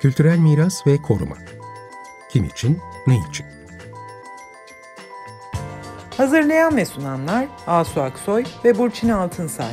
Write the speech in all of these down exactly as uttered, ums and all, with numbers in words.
Kültürel miras ve koruma. Kim için, ne için? Hazırlayan ve sunanlar Asu Aksoy ve Burçin Altınsay.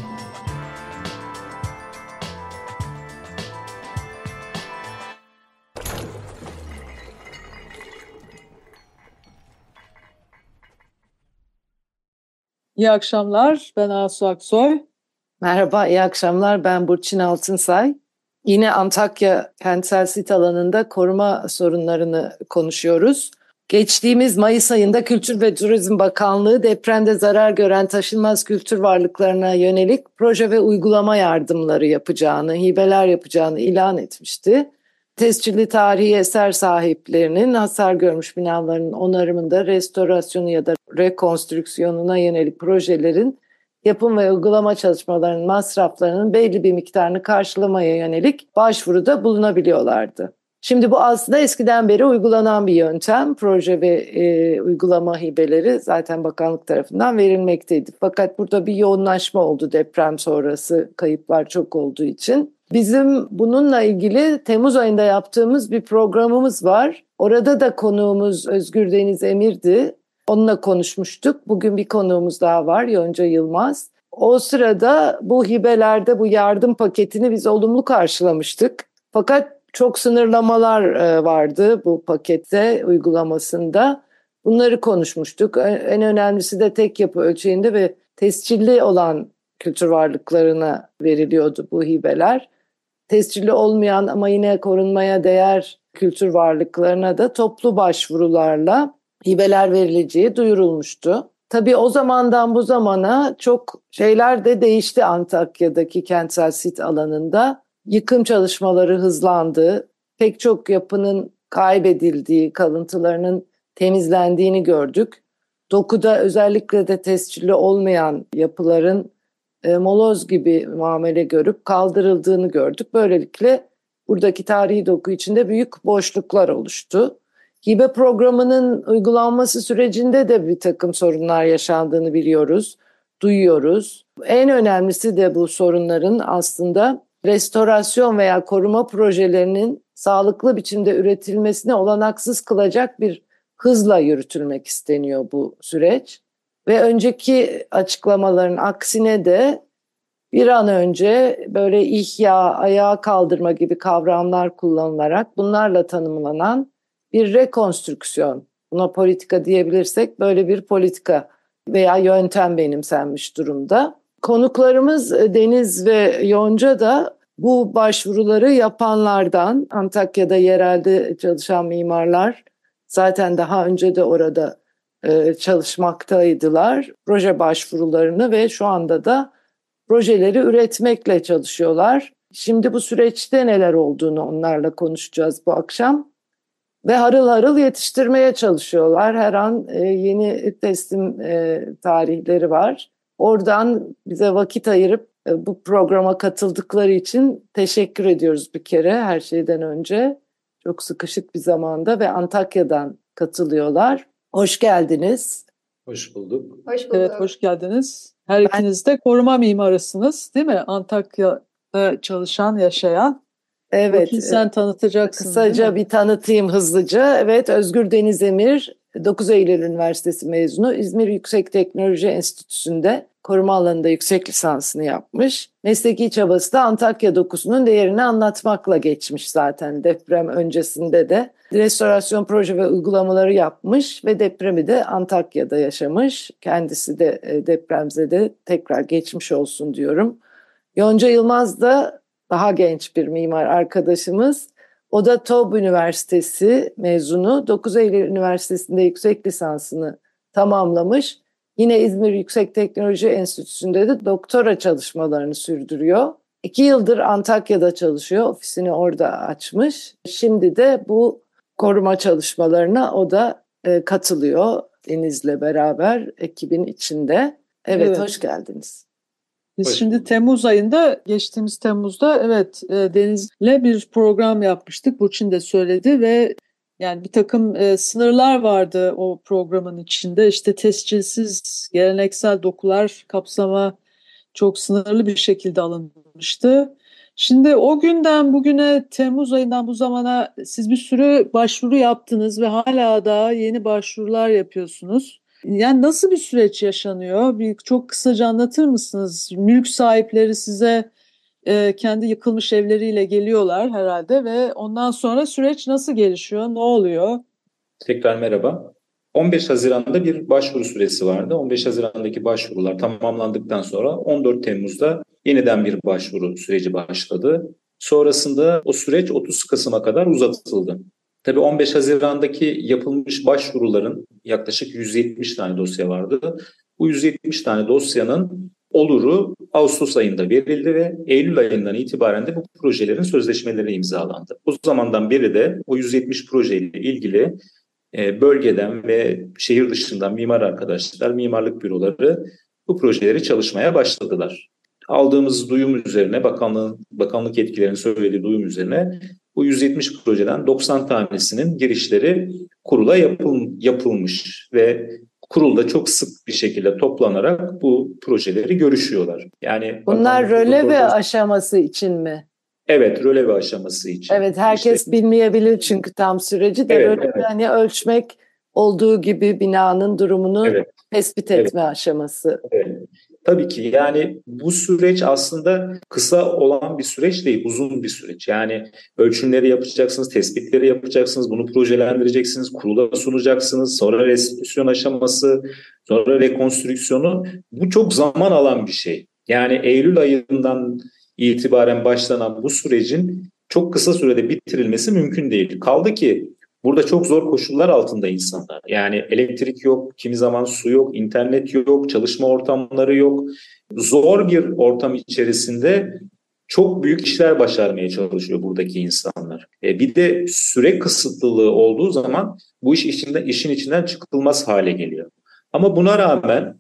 İyi akşamlar, ben Asu Aksoy. Merhaba, iyi akşamlar. Ben Burçin Altınsay. Yine Antakya Kentsel Sit Alanı'nda koruma sorunlarını konuşuyoruz. Geçtiğimiz Mayıs ayında Kültür ve Turizm Bakanlığı depremde zarar gören taşınmaz kültür varlıklarına yönelik proje ve uygulama yardımları yapacağını, hibeler yapacağını ilan etmişti. Tescilli tarihi eser sahiplerinin hasar görmüş binaların onarımında, restorasyonu ya da rekonstrüksiyonuna yönelik projelerin yapım ve uygulama çalışmalarının masraflarının belli bir miktarını karşılamaya yönelik başvuruda bulunabiliyorlardı. Şimdi bu aslında eskiden beri uygulanan bir yöntem. Proje ve e, uygulama hibeleri zaten bakanlık tarafından verilmekteydi. Fakat burada bir yoğunlaşma oldu deprem sonrası, kayıplar çok olduğu için. Bizim bununla ilgili Temmuz ayında yaptığımız bir programımız var. Orada da konuğumuz Özgür Deniz Emir'di. Onunla konuşmuştuk. Bugün bir konuğumuz daha var, Yonca Yılmaz. O sırada bu hibelerde bu yardım paketini biz olumlu karşılamıştık. Fakat çok sınırlamalar vardı bu pakette, uygulamasında. Bunları konuşmuştuk. En önemlisi de tek yapı ölçeğinde ve tescilli olan kültür varlıklarına veriliyordu bu hibeler. Tescilli olmayan ama yine korunmaya değer kültür varlıklarına da toplu başvurularla hibeler verileceği duyurulmuştu. Tabii o zamandan bu zamana çok şeyler de değişti Antakya'daki kentsel sit alanında. Yıkım çalışmaları hızlandı. Pek çok yapının kaybedildiği, kalıntılarının temizlendiğini gördük. Dokuda özellikle de tescilli olmayan yapıların e, moloz gibi muamele görüp kaldırıldığını gördük. Böylelikle buradaki tarihi doku içinde büyük boşluklar oluştu. Hibe programının uygulanması sürecinde de bir takım sorunlar yaşandığını biliyoruz, duyuyoruz. En önemlisi de bu sorunların aslında restorasyon veya koruma projelerinin sağlıklı biçimde üretilmesine olanaksız kılacak bir hızla yürütülmek isteniyor bu süreç. Ve önceki açıklamaların aksine de bir an önce böyle ihya, ayağa kaldırma gibi kavramlar kullanılarak bunlarla tanımlanan bir rekonstrüksiyon, buna politika diyebilirsek böyle bir politika veya yöntem benimsenmiş durumda. Konuklarımız Deniz ve Yonca da bu başvuruları yapanlardan, Antakya'da yerelde çalışan mimarlar zaten daha önce de orada e, çalışmaktaydılar. Proje başvurularını ve şu anda da projeleri üretmekle çalışıyorlar. Şimdi bu süreçte neler olduğunu onlarla konuşacağız bu akşam. Ve harıl harıl yetiştirmeye çalışıyorlar. Her an e, yeni teslim e, tarihleri var. Oradan bize vakit ayırıp e, bu programa katıldıkları için teşekkür ediyoruz bir kere her şeyden önce. Çok sıkışık bir zamanda ve Antakya'dan katılıyorlar. Hoş geldiniz. Hoş bulduk. Hoş bulduk. Evet, hoş geldiniz. Her ben... ikiniz de koruma mimarısınız, değil mi? Antakya'da çalışan, yaşayan. Evet. Burçin, sen tanıtacaksın. Kısaca bir tanıtayım hızlıca. Evet, Özgür Deniz Emir, dokuz Eylül Üniversitesi mezunu. İzmir Yüksek Teknoloji Enstitüsü'nde koruma alanında yüksek lisansını yapmış. Mesleki çabası da Antakya dokusunun değerini anlatmakla geçmiş zaten deprem öncesinde de. Restorasyon proje ve uygulamaları yapmış ve depremi de Antakya'da yaşamış. Kendisi de depremzede, tekrar geçmiş olsun diyorum. Yonca Yılmaz da daha genç bir mimar arkadaşımız. O da T O B Üniversitesi mezunu. dokuz Eylül Üniversitesi'nde yüksek lisansını tamamlamış. Yine İzmir Yüksek Teknoloji Enstitüsü'nde de doktora çalışmalarını sürdürüyor. İki yıldır Antakya'da çalışıyor. Ofisini orada açmış. Şimdi de bu koruma çalışmalarına o da e, katılıyor Deniz'le beraber ekibin içinde. Evet, evet. Hoş geldiniz. Biz Hoş şimdi bulduk. Temmuz ayında, geçtiğimiz Temmuz'da evet Deniz'le bir program yapmıştık. Burçin de söyledi ve yani bir takım e, sınırlar vardı o programın içinde. İşte tescilsiz geleneksel dokular kapsama çok sınırlı bir şekilde alınmıştı. Şimdi o günden bugüne, Temmuz ayından bu zamana siz bir sürü başvuru yaptınız ve hala da yeni başvurular yapıyorsunuz. Yani nasıl bir süreç yaşanıyor? Bir çok kısaca anlatır mısınız? Mülk sahipleri size e, kendi yıkılmış evleriyle geliyorlar herhalde ve ondan sonra süreç nasıl gelişiyor? Ne oluyor? Tekrar merhaba. on beş Haziran'da bir başvuru süresi vardı. on beş Haziran'daki başvurular tamamlandıktan sonra on dört Temmuz'da yeniden bir başvuru süreci başladı. Sonrasında o süreç otuz Kasım'a kadar uzatıldı. Tabii on beş Haziran'daki yapılmış başvuruların yaklaşık yüz yetmiş tane dosya vardı. Bu yüz yetmiş tane dosyanın oluru Ağustos ayında verildi ve Eylül ayından itibaren de bu projelerin sözleşmeleri imzalandı. O zamandan beri de o yüz yetmiş projeyle ilgili bölgeden ve şehir dışından mimar arkadaşlar, mimarlık büroları bu projeleri çalışmaya başladılar. Aldığımız duyum üzerine, bakanlığın, bakanlık yetkililerinin söylediği duyum üzerine bu yüz yetmiş projeden doksan tanesinin girişleri kurula yapıl, yapılmış ve kurulda çok sık bir şekilde toplanarak bu projeleri görüşüyorlar. Yani bunlar röleve aşaması için mi? Evet, röleve aşaması için. Evet, herkes işte bilmeyebilir çünkü tam süreci de, evet, röleve evet. Hani ölçmek olduğu gibi binanın durumunu evet. tespit etme evet. aşaması. Evet. Tabii ki yani bu süreç aslında kısa olan bir süreç değil, uzun bir süreç. Yani ölçümleri yapacaksınız, tespitleri yapacaksınız, bunu projelendireceksiniz, kurula sunacaksınız, sonra restitüsyon aşaması, sonra rekonstrüksiyonu. Bu çok zaman alan bir şey. Yani Eylül ayından itibaren başlanan bu sürecin çok kısa sürede bitirilmesi mümkün değil. Kaldı ki burada çok zor koşullar altında insanlar. Yani elektrik yok, kimi zaman su yok, internet yok, çalışma ortamları yok. Zor bir ortam içerisinde çok büyük işler başarmaya çalışıyor buradaki insanlar. E bir de süre kısıtlılığı olduğu zaman bu iş içinden, işin içinden çıkılmaz hale geliyor. Ama buna rağmen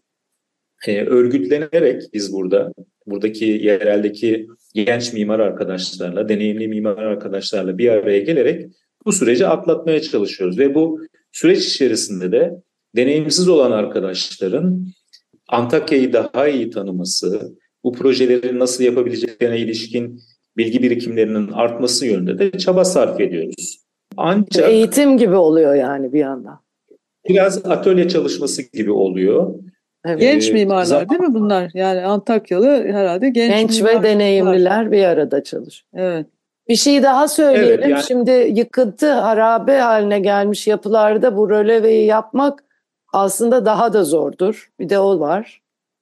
e, örgütlenerek biz burada, buradaki yereldeki genç mimar arkadaşlarla, deneyimli mimar arkadaşlarla bir araya gelerek bu süreci atlatmaya çalışıyoruz. Ve bu süreç içerisinde de deneyimsiz olan arkadaşların Antakya'yı daha iyi tanıması, bu projeleri nasıl yapabileceklerine ilişkin bilgi birikimlerinin artması yönünde de çaba sarf ediyoruz. Ancak eğitim gibi oluyor yani bir yandan. Biraz atölye çalışması gibi oluyor. Evet. Genç ee, mimarlar zaman... değil mi bunlar? Yani Antakyalı herhalde genç, genç ve deneyimliler bir arada çalışıyor. Evet. Bir şey daha söyleyelim. Evet, yani... Şimdi yıkıntı, harabe haline gelmiş yapılarda bu röleveyi yapmak aslında daha da zordur. Bir de o var.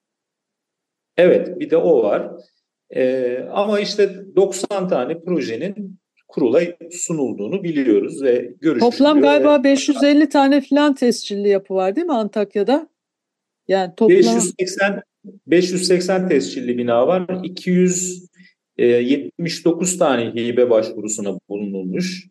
Evet, bir de o var. Ee, ama işte doksan tane projenin kurula sunulduğunu biliyoruz ve görüşülüyor. Toplam galiba ve... beş yüz elli tane filan tescilli yapı var değil mi Antakya'da? Yani toplam beş yüz seksen beş yüz seksen tescilli bina var. iki yüz yetmiş dokuz tane hibe başvurusuna bulunulmuş.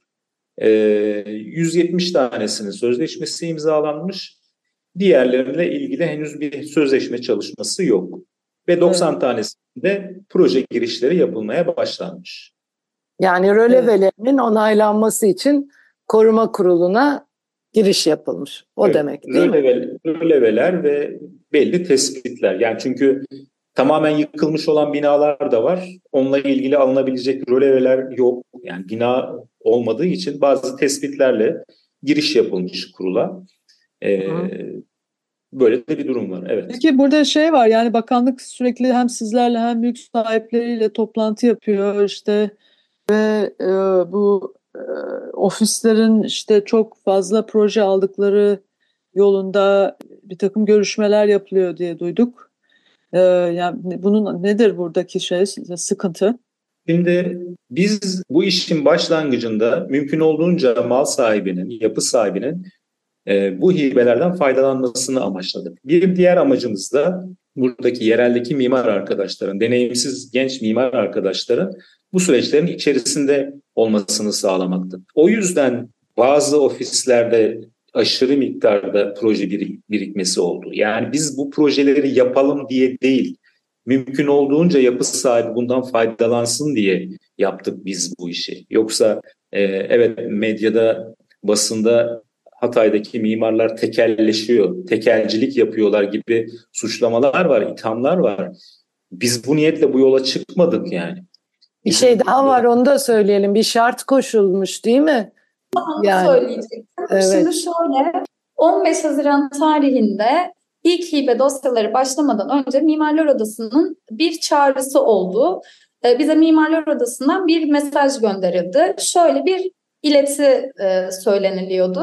yüz yetmiş tanesinin sözleşmesi imzalanmış. Diğerleriyle ilgili henüz bir sözleşme çalışması yok. Ve doksan evet. tanesinde proje girişleri yapılmaya başlanmış. Yani rölevelerinin evet. onaylanması için koruma kuruluna giriş yapılmış. O evet. demek değil Röleve, mi? Röleveler ve belli tespitler. Yani çünkü tamamen yıkılmış olan binalar da var. Onunla ilgili alınabilecek röleveler yok. Yani bina olmadığı için bazı tespitlerle giriş yapılmış kurula. Ee, böyle de bir durum var. Evet. Peki burada şey var, yani bakanlık sürekli hem sizlerle hem mülk sahipleriyle toplantı yapıyor işte ve e, bu e, ofislerin işte çok fazla proje aldıkları yolunda bir takım görüşmeler yapılıyor diye duyduk. Ee, yani bunun nedir buradaki şey, sıkıntı? Şimdi biz bu işin başlangıcında mümkün olduğunca mal sahibinin, yapı sahibinin e, bu hibelerden faydalanmasını amaçladık. Bir diğer amacımız da buradaki yereldeki mimar arkadaşların, deneyimsiz genç mimar arkadaşların bu süreçlerin içerisinde olmasını sağlamaktı. O yüzden bazı ofislerde aşırı miktarda proje birikmesi oldu. Yani biz bu projeleri yapalım diye değil, mümkün olduğunca yapı sahibi bundan faydalansın diye yaptık biz bu işi. Yoksa e, evet medyada, basında Hatay'daki mimarlar tekelleşiyor, tekelcilik yapıyorlar gibi suçlamalar var, ithamlar var. Biz bu niyetle bu yola çıkmadık yani. Bir şey daha var, onu da söyleyelim. Bir şart koşulmuş değil mi? Onu Yani, söyleyecektim. evet. Şimdi şöyle, on beş Haziran tarihinde ilk hibe dosyaları başlamadan önce Mimarlar Odası'nın bir çağrısı oldu. Ee, bize Mimarlar Odası'ndan bir mesaj gönderildi. Şöyle bir ileti e, söyleniliyordu.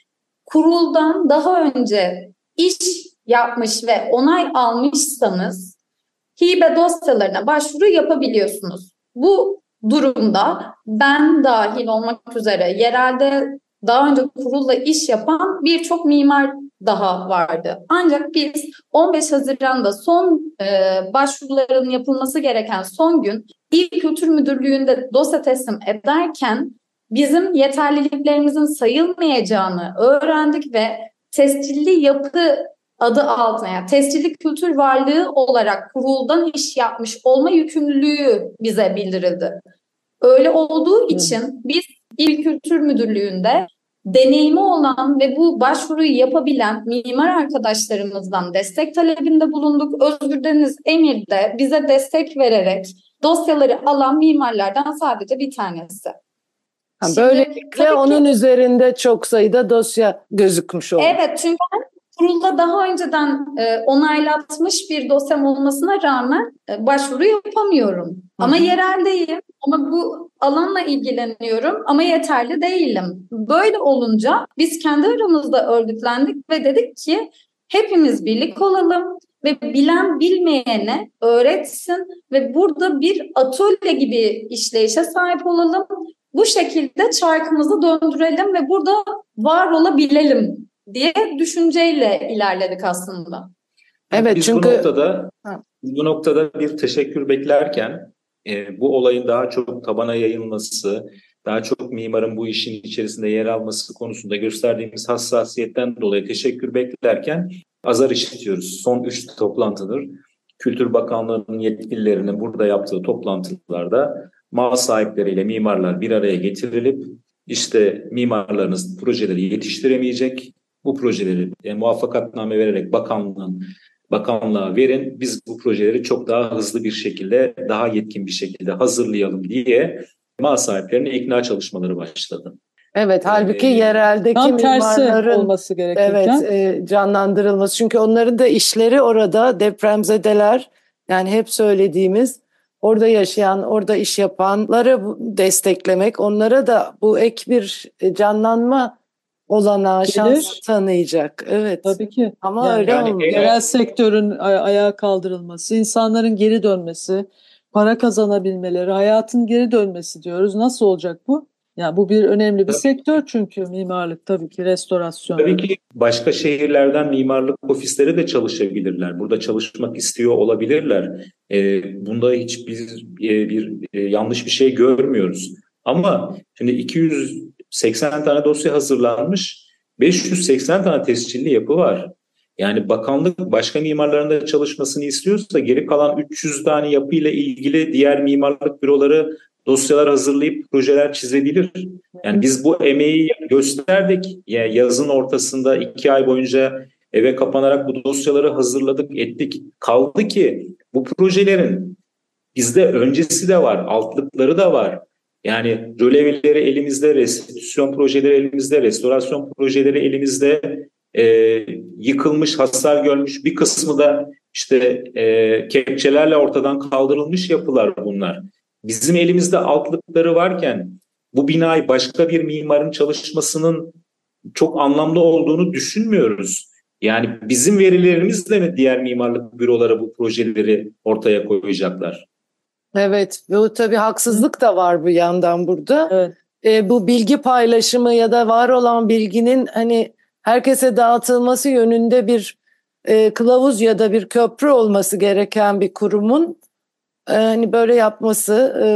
Kuruldan daha önce iş yapmış ve onay almışsanız hibe dosyalarına başvuru yapabiliyorsunuz. Bu durumda ben dahil olmak üzere yerelde daha önce kurulla iş yapan birçok mimar daha vardı. Ancak biz on beş Haziran'da son e, başvuruların yapılması gereken son gün İl Kültür Müdürlüğü'nde dosya teslim ederken bizim yeterliliklerimizin sayılmayacağını öğrendik ve tescilli yapı adı altına, yani tescilli kültür varlığı olarak kuruldan iş yapmış olma yükümlülüğü bize bildirildi. Öyle olduğu için biz İl Kültür Müdürlüğü'nde deneyimi olan ve bu başvuruyu yapabilen mimar arkadaşlarımızdan destek talebinde bulunduk. Özgür Deniz Emir de bize destek vererek dosyaları alan mimarlardan sadece bir tanesi. Ha, böylelikle onun ki, üzerinde çok sayıda dosya gözükmüş oldu. Evet, çünkü kurulda daha önceden e, onaylatmış bir dosyam olmasına rağmen e, başvuru yapamıyorum. Hı-hı. Ama yereldeyim, ama bu alanla ilgileniyorum ama yeterli değilim. Böyle olunca biz kendi aramızda örgütlendik ve dedik ki hepimiz birlik olalım ve bilen bilmeyene öğretsin ve burada bir atölye gibi işleyişe sahip olalım. Bu şekilde çarkımızı döndürelim ve burada var olabilelim diye düşünceyle ilerledik aslında. Evet, biz çünkü bu noktada bu noktada bir teşekkür beklerken e, bu olayın daha çok tabana yayılması, daha çok mimarın bu işin içerisinde yer alması konusunda gösterdiğimiz hassasiyetten dolayı teşekkür beklerken azar işitiyoruz. Son üç toplantıdır Kültür Bakanlığı'nın yetkililerinin burada yaptığı toplantılarda mal sahipleriyle mimarlar bir araya getirilip işte mimarlarınız projeleri yetiştiremeyecek, bu projeleri e, muvaffakatname vererek bakanlığın bakanlığa verin, biz bu projeleri çok daha hızlı bir şekilde, daha yetkin bir şekilde hazırlayalım diye mal sahiplerine ikna çalışmaları başladı. Evet, halbuki ee, yereldeki tam tersi mimarların olması gerekirken. Evet, e, canlandırılması. Çünkü onların da işleri orada, depremzedeler, yani hep söylediğimiz orada yaşayan, orada iş yapanları desteklemek, onlara da bu ek bir canlanma olanağı, şans tanıyacak. Evet. Tabii ki. Ama yani, öyle yani olmuyor. Yerel sektörün ay- ayağa kaldırılması, insanların geri dönmesi, para kazanabilmeleri, hayatın geri dönmesi diyoruz. Nasıl olacak bu? Yani bu bir önemli bir tabii sektör çünkü mimarlık, tabii ki restorasyon. Tabii ki başka şehirlerden mimarlık ofisleri de çalışabilirler. Burada çalışmak istiyor olabilirler. E, bunda hiçbir e, bir e, yanlış bir şey görmüyoruz. Ama şimdi iki yüz seksen tane dosya hazırlanmış, beş yüz seksen tane tescilli yapı var. Yani bakanlık başka mimarların da çalışmasını istiyorsa geri kalan üç yüz tane yapıyla ilgili diğer mimarlık büroları dosyalar hazırlayıp projeler çizebilir. Yani biz bu emeği gösterdik. Yani yazın ortasında iki ay boyunca eve kapanarak bu dosyaları hazırladık, ettik. Kaldı ki bu projelerin bizde öncesi de var, altlıkları da var. Yani röleveleri elimizde, restitüsyon projeleri elimizde, restorasyon projeleri elimizde, e, yıkılmış, hasar görmüş, bir kısmı da işte e, kepçelerle ortadan kaldırılmış yapılar bunlar. Bizim elimizde altlıkları varken bu binayı başka bir mimarın çalışmasının çok anlamlı olduğunu düşünmüyoruz. Yani bizim verilerimizle mi diğer mimarlık büroları bu projeleri ortaya koyacaklar? Evet, bu tabii haksızlık da var bu yandan burada. Evet. E, bu bilgi paylaşımı ya da var olan bilginin hani herkese dağıtılması yönünde bir e, kılavuz ya da bir köprü olması gereken bir kurumun e, hani böyle yapması e,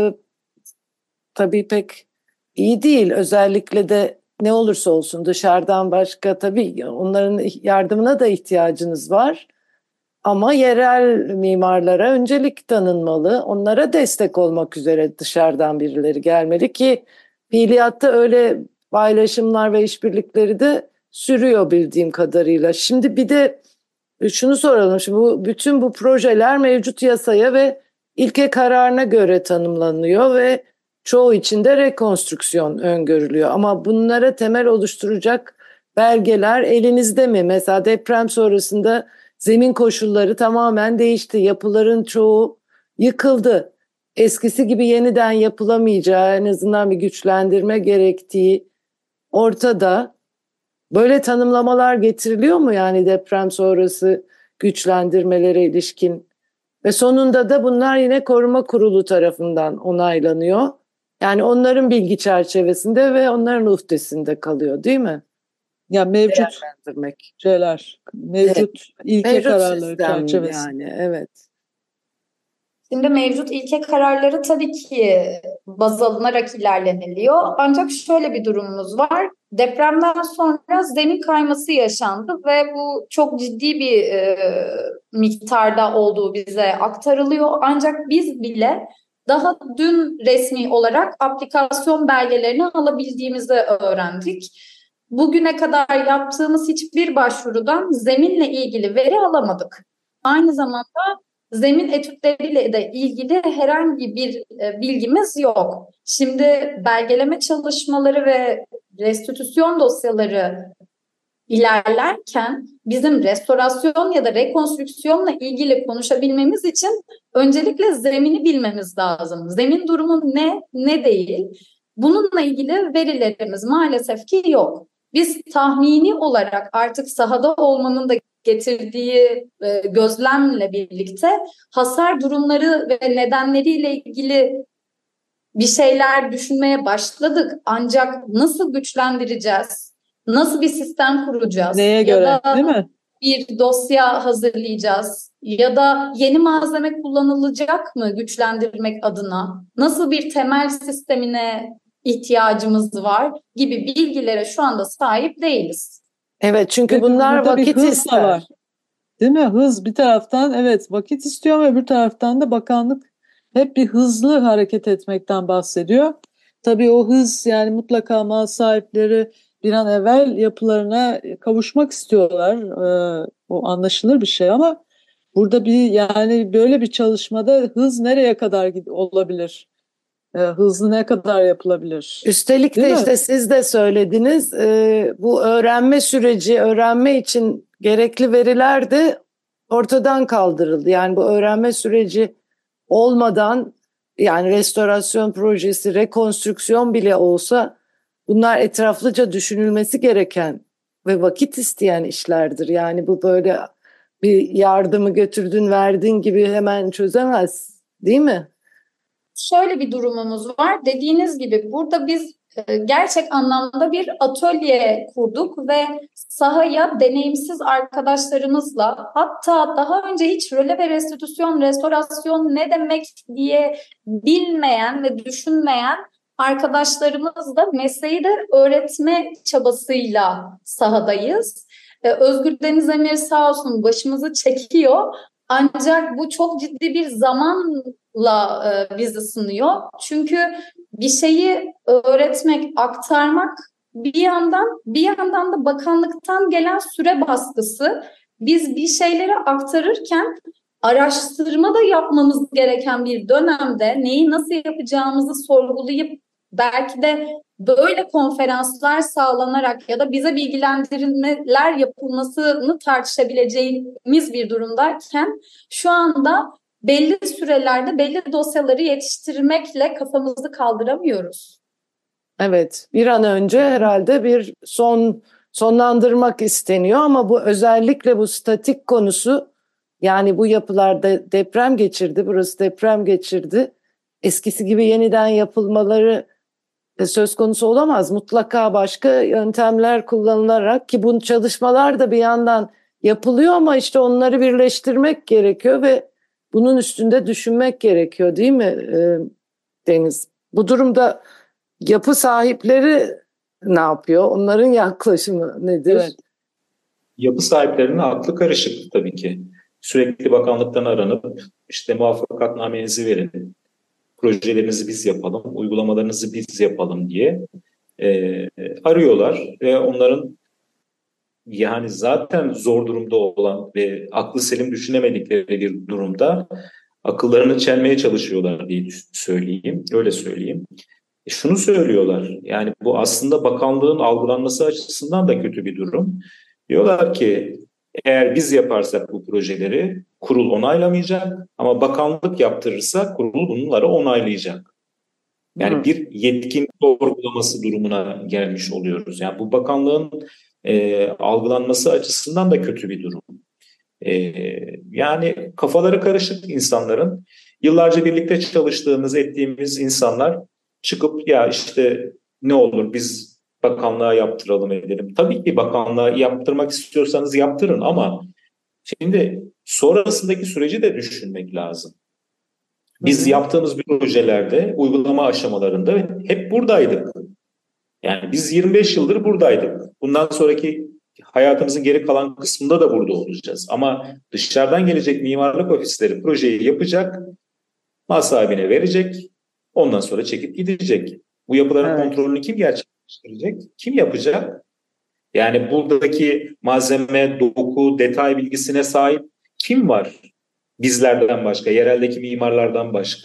tabii pek iyi değil. Özellikle de ne olursa olsun dışarıdan başka tabii onların yardımına da ihtiyacınız var. Ama yerel mimarlara öncelik tanınmalı. Onlara destek olmak üzere dışarıdan birileri gelmeli ki fiiliyatta öyle paylaşımlar ve işbirlikleri de sürüyor bildiğim kadarıyla. Şimdi bir de şunu soralım. Şimdi bu, bütün bu projeler mevcut yasaya ve ilke kararına göre tanımlanıyor ve çoğu içinde rekonstrüksiyon öngörülüyor. Ama bunlara temel oluşturacak belgeler elinizde mi? Mesela deprem sonrasında zemin koşulları tamamen değişti. Yapıların çoğu yıkıldı. Eskisi gibi yeniden yapılamayacağı, en azından bir güçlendirme gerektiği ortada. Böyle tanımlamalar getiriliyor mu yani deprem sonrası güçlendirmelere ilişkin? Ve sonunda da bunlar yine Koruma Kurulu tarafından onaylanıyor. Yani onların bilgi çerçevesinde ve onların uhdesinde kalıyor, değil mi? Ya mevcut Değerlendirmek. şeyler, mevcut Evet. ilke Mevcut kararları sistem çerçevesinde. yani, evet. Şimdi mevcut ilke kararları tabii ki baz alınarak ilerleniliyor. Ancak şöyle bir durumumuz var. Depremden sonra zemin kayması yaşandı ve bu çok ciddi bir e, miktarda olduğu bize aktarılıyor. Ancak biz bile daha dün resmi olarak aplikasyon belgelerini alabildiğimizi öğrendik. Bugüne kadar yaptığımız hiçbir başvurudan zeminle ilgili veri alamadık. Aynı zamanda zemin etütleriyle de ilgili herhangi bir e, bilgimiz yok. Şimdi belgeleme çalışmaları ve restitüsyon dosyaları ilerlerken bizim restorasyon ya da rekonstrüksiyonla ilgili konuşabilmemiz için öncelikle zemini bilmemiz lazım. Zemin durumu ne, ne değil? Bununla ilgili verilerimiz maalesef ki yok. Biz tahmini olarak artık sahada olmanın da getirdiği e, gözlemle birlikte hasar durumları ve nedenleriyle ilgili bir şeyler düşünmeye başladık. Ancak nasıl güçlendireceğiz? Nasıl bir sistem kuracağız? Neye ya göre, da değil mi? bir dosya hazırlayacağız? Ya da yeni malzeme kullanılacak mı güçlendirmek adına? Nasıl bir temel sistemine ihtiyacımız var gibi bilgilere şu anda sahip değiliz. Evet, çünkü Ve bunlar burada bir vakit hız da ister. var. Değil mi? Hız bir taraftan evet vakit istiyor ama öbür taraftan da bakanlık hep bir hızlı hareket etmekten bahsediyor. Tabii o hız yani mutlaka mal sahipleri bir an evvel yapılarına kavuşmak istiyorlar. Ee, o anlaşılır bir şey ama burada bir yani böyle bir çalışmada hız nereye kadar gid- olabilir? Ee, hızlı ne kadar yapılabilir? Üstelik Değil de mi? işte siz de söylediniz, e, bu öğrenme süreci, öğrenme için gerekli veriler de ortadan kaldırıldı. Yani bu öğrenme süreci olmadan, yani restorasyon projesi, rekonstrüksiyon bile olsa bunlar etraflıca düşünülmesi gereken ve vakit isteyen işlerdir. Yani bu böyle bir yardımı götürdün verdin gibi hemen çözemez, değil mi? Şöyle bir durumumuz var. Dediğiniz gibi burada biz e, gerçek anlamda bir atölye kurduk ve sahaya deneyimsiz arkadaşlarımızla, hatta daha önce hiç röle ve restitüsyon, restorasyon ne demek diye bilmeyen ve düşünmeyen arkadaşlarımızla mesleği de öğretme çabasıyla sahadayız. E, Özgür Deniz Emir sağ olsun başımızı çekiyor. Ancak bu çok ciddi bir zamanla e, bizi sınıyor. Çünkü bir şeyi öğretmek, aktarmak bir yandan bir yandan da bakanlıktan gelen süre baskısı. Biz bir şeyleri aktarırken araştırma da yapmamız gereken bir dönemde neyi nasıl yapacağımızı sorgulayıp belki de böyle konferanslar sağlanarak ya da bize bilgilendirmeler yapılmasını tartışabileceğimiz bir durumdayken şu anda belli sürelerde belli dosyaları yetiştirmekle kafamızı kaldıramıyoruz. Evet, bir an önce herhalde bir son sonlandırmak isteniyor ama bu özellikle bu statik konusu, yani bu yapılarda deprem geçirdi, burası deprem geçirdi. Eskisi gibi yeniden yapılmaları söz konusu olamaz. Mutlaka başka yöntemler kullanılarak, ki bu çalışmalar da bir yandan yapılıyor ama işte onları birleştirmek gerekiyor ve bunun üstünde düşünmek gerekiyor, değil mi e, Deniz? Bu durumda yapı sahipleri ne yapıyor? Onların yaklaşımı nedir? Evet. Yapı sahiplerinin aklı karışık tabii ki. Sürekli bakanlıktan aranıp işte muvaffakatnamenizi verin, projelerinizi biz yapalım, uygulamalarınızı biz yapalım diye e, arıyorlar ve onların yani zaten zor durumda olan ve aklı selim düşünemedikleri bir durumda akıllarını çelmeye çalışıyorlar diye söyleyeyim, öyle söyleyeyim. E şunu söylüyorlar, yani bu aslında bakanlığın algılanması açısından da kötü bir durum. Diyorlar ki eğer biz yaparsak bu projeleri kurul onaylamayacak ama bakanlık yaptırırsa kurul bunları onaylayacak. Yani hmm. bir yetkin sorgulaması durumuna gelmiş oluyoruz. Yani bu bakanlığın e, algılanması açısından da kötü bir durum. E, yani kafaları karışık insanların, yıllarca birlikte çalıştığımız, ettiğimiz insanlar çıkıp ya işte ne olur biz bakanlığa yaptıralım edelim. Tabii ki bakanlığa yaptırmak istiyorsanız yaptırın ama şimdi sonrasındaki süreci de düşünmek lazım. Biz Hı-hı. yaptığımız bir projelerde, uygulama aşamalarında hep buradaydık. Yani biz yirmi beş yıldır buradaydık. Bundan sonraki hayatımızın geri kalan kısmında da burada olacağız. Ama dışarıdan gelecek mimarlık ofisleri projeyi yapacak, mal sahibine verecek, ondan sonra çekip gidecek. Bu yapıların evet. kontrolünü kim gerçekleştirecek? Kim yapacak? Yani buradaki malzeme, doku, detay bilgisine sahip kim var? Bizlerden başka, yereldeki mimarlardan başka.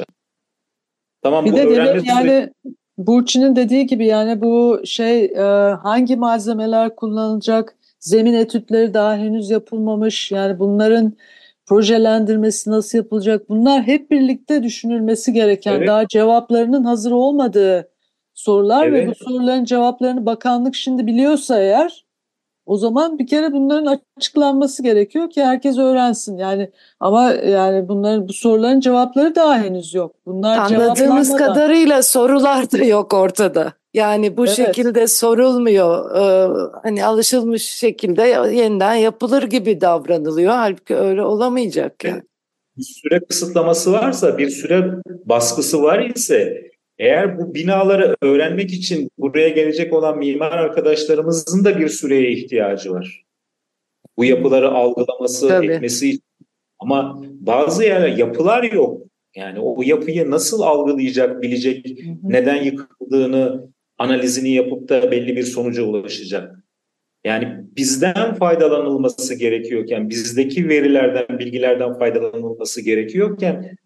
Tamam, bir bu de öğrenme yani süreci... Burçin'in dediği gibi yani bu şey e, hangi malzemeler kullanılacak, zemin etütleri daha henüz yapılmamış, yani bunların projelendirmesi nasıl yapılacak, bunlar hep birlikte düşünülmesi gereken, evet. daha cevaplarının hazır olmadığı sorular evet. ve bu soruların cevaplarını bakanlık şimdi biliyorsa eğer, o zaman bir kere bunların açıklanması gerekiyor ki herkes öğrensin. Yani ama yani bunların, bu soruların cevapları daha henüz yok. Bunlar anladığımız kadarıyla sorular da yok ortada. Yani bu evet. şekilde sorulmuyor. Ee, hani alışılmış şekilde yeniden yapılır gibi davranılıyor. Halbuki öyle olamayacak yani. Bir süre kısıtlaması varsa, bir süre baskısı var ise, eğer bu binaları öğrenmek için buraya gelecek olan mimar arkadaşlarımızın da bir süreye ihtiyacı var. Bu yapıları algılaması, Tabii. etmesi için. Ama bazı yerler yapılar yok. Yani o yapıyı nasıl algılayacak, bilecek, hı hı. neden yıkıldığını, analizini yapıp da belli bir sonuca ulaşacak. Yani bizden faydalanılması gerekiyorken, bizdeki verilerden, bilgilerden faydalanılması gerekiyorken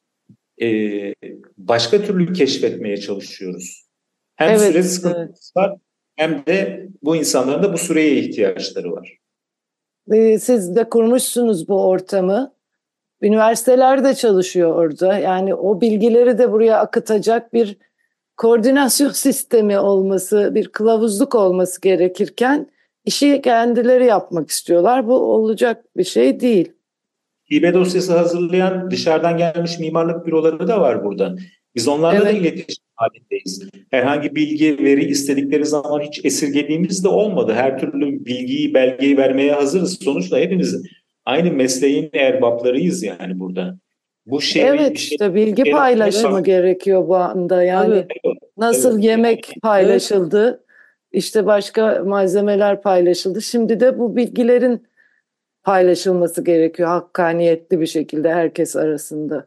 Ee, başka türlü keşfetmeye çalışıyoruz. Hem evet, süre sıkıntısı var, hem de bu insanların da bu süreye ihtiyaçları var. Ee, siz de kurmuşsunuz bu ortamı. Üniversiteler de çalışıyor orada. Yani o bilgileri de buraya akıtacak bir koordinasyon sistemi olması, bir kılavuzluk olması gerekirken işi kendileri yapmak istiyorlar. Bu olacak bir şey değil. Hibe dosyası hazırlayan dışarıdan gelmiş mimarlık büroları da var burada. Biz onlarla evet. da iletişim halindeyiz. Herhangi bilgi, veri istedikleri zaman hiç esirgediğimiz de olmadı. Her türlü bilgiyi, belgeyi vermeye hazırız. Sonuçta hepimiz aynı mesleğin erbaplarıyız yani burada. Bu şey, evet şey, işte bilgi paylaşımı var. Gerekiyor bu anda. Yani evet. nasıl evet. yemek paylaşıldı, evet. işte başka malzemeler paylaşıldı. Şimdi de bu bilgilerin paylaşılması gerekiyor hakkaniyetli bir şekilde herkes arasında.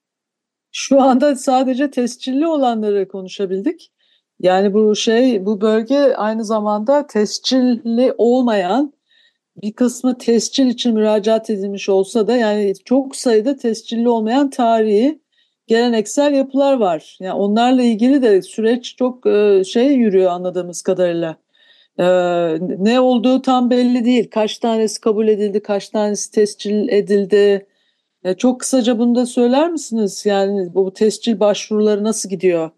Şu anda sadece tescilli olanları konuşabildik. Yani bu şey, bu bölge aynı zamanda tescilli olmayan, bir kısmı tescil için müracaat edilmiş olsa da yani çok sayıda tescilli olmayan tarihi geleneksel yapılar var. Yani onlarla ilgili de süreç çok şey yürüyor anladığımız kadarıyla. Ee, ne olduğu tam belli değil. Kaç tanesi kabul edildi, kaç tanesi tescil edildi. Ee, çok kısaca bunu da söyler misiniz? Yani bu tescil başvuruları nasıl gidiyor?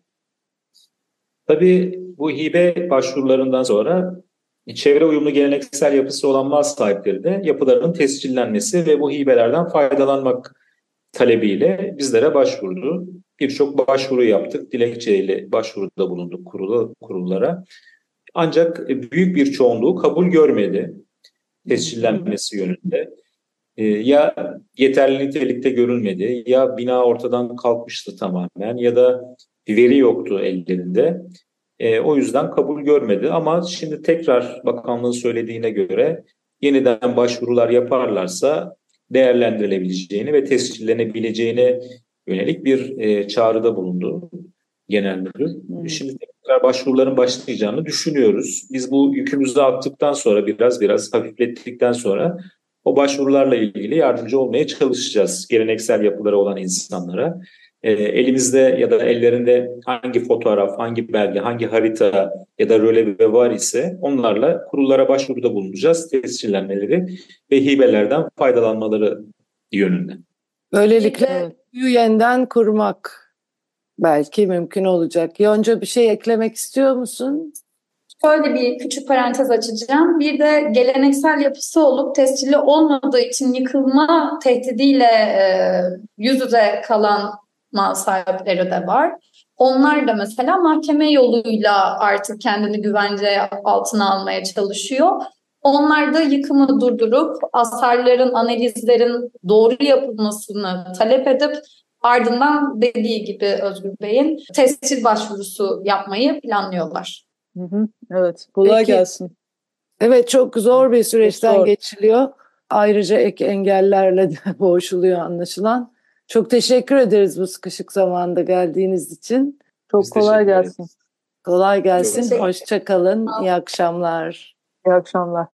Tabii bu hibe başvurularından sonra çevre uyumlu geleneksel yapısı olan mal sahipleri de yapılarının tescillenmesi ve bu hibelerden faydalanmak talebiyle bizlere başvurdu. Birçok başvuru yaptık. Dilekçeyle başvuruda bulunduk kurula, kurullara. Ancak büyük bir çoğunluğu kabul görmedi tescillenmesi yönünde. Ee, ya yeterli nitelikte görülmedi, ya bina ortadan kalkmıştı tamamen, ya da veri yoktu ellerinde. Ee, o yüzden kabul görmedi. Ama şimdi tekrar bakanlığın söylediğine göre yeniden başvurular yaparlarsa değerlendirilebileceğini ve tescillenebileceğine yönelik bir e, çağrıda bulundu genel müdür. Hmm. Şimdi tekrar başvuruların başlayacağını düşünüyoruz. Biz bu yükümüzü attıktan sonra, biraz biraz hafiflettikten sonra o başvurularla ilgili yardımcı olmaya çalışacağız geleneksel yapıları olan insanlara. E, elimizde ya da ellerinde hangi fotoğraf, hangi belge, hangi harita ya da röle var ise onlarla kurullara başvuruda bulunacağız. Tescillenmeleri ve hibelerden faydalanmaları yönünde. Böylelikle Evet. yeniden kurmak belki mümkün olacak. Yonca bir şey eklemek istiyor musun? Şöyle bir küçük parantez açacağım. Bir de geleneksel yapısı olup tescilli olmadığı için yıkılma tehdidiyle e, yüz yüze kalan mal sahipleri de var. Onlar da mesela mahkeme yoluyla artık kendini güvence altına almaya çalışıyor. Onlar da yıkımı durdurup hasarların, analizlerin doğru yapılmasını talep edip ardından dediği gibi Özgür Bey'in tescil başvurusu yapmayı planlıyorlar. Hı hı, evet, kolay Peki. gelsin. Evet, çok zor bir süreçten Zor. geçiliyor. Ayrıca ek engellerle de boğuşuluyor anlaşılan. Çok teşekkür ederiz bu sıkışık zamanda geldiğiniz için. Çok Biz kolay teşekkür ederiz. gelsin. Kolay gelsin, Teşekkür- hoşça kalın, iyi akşamlar. İyi akşamlar.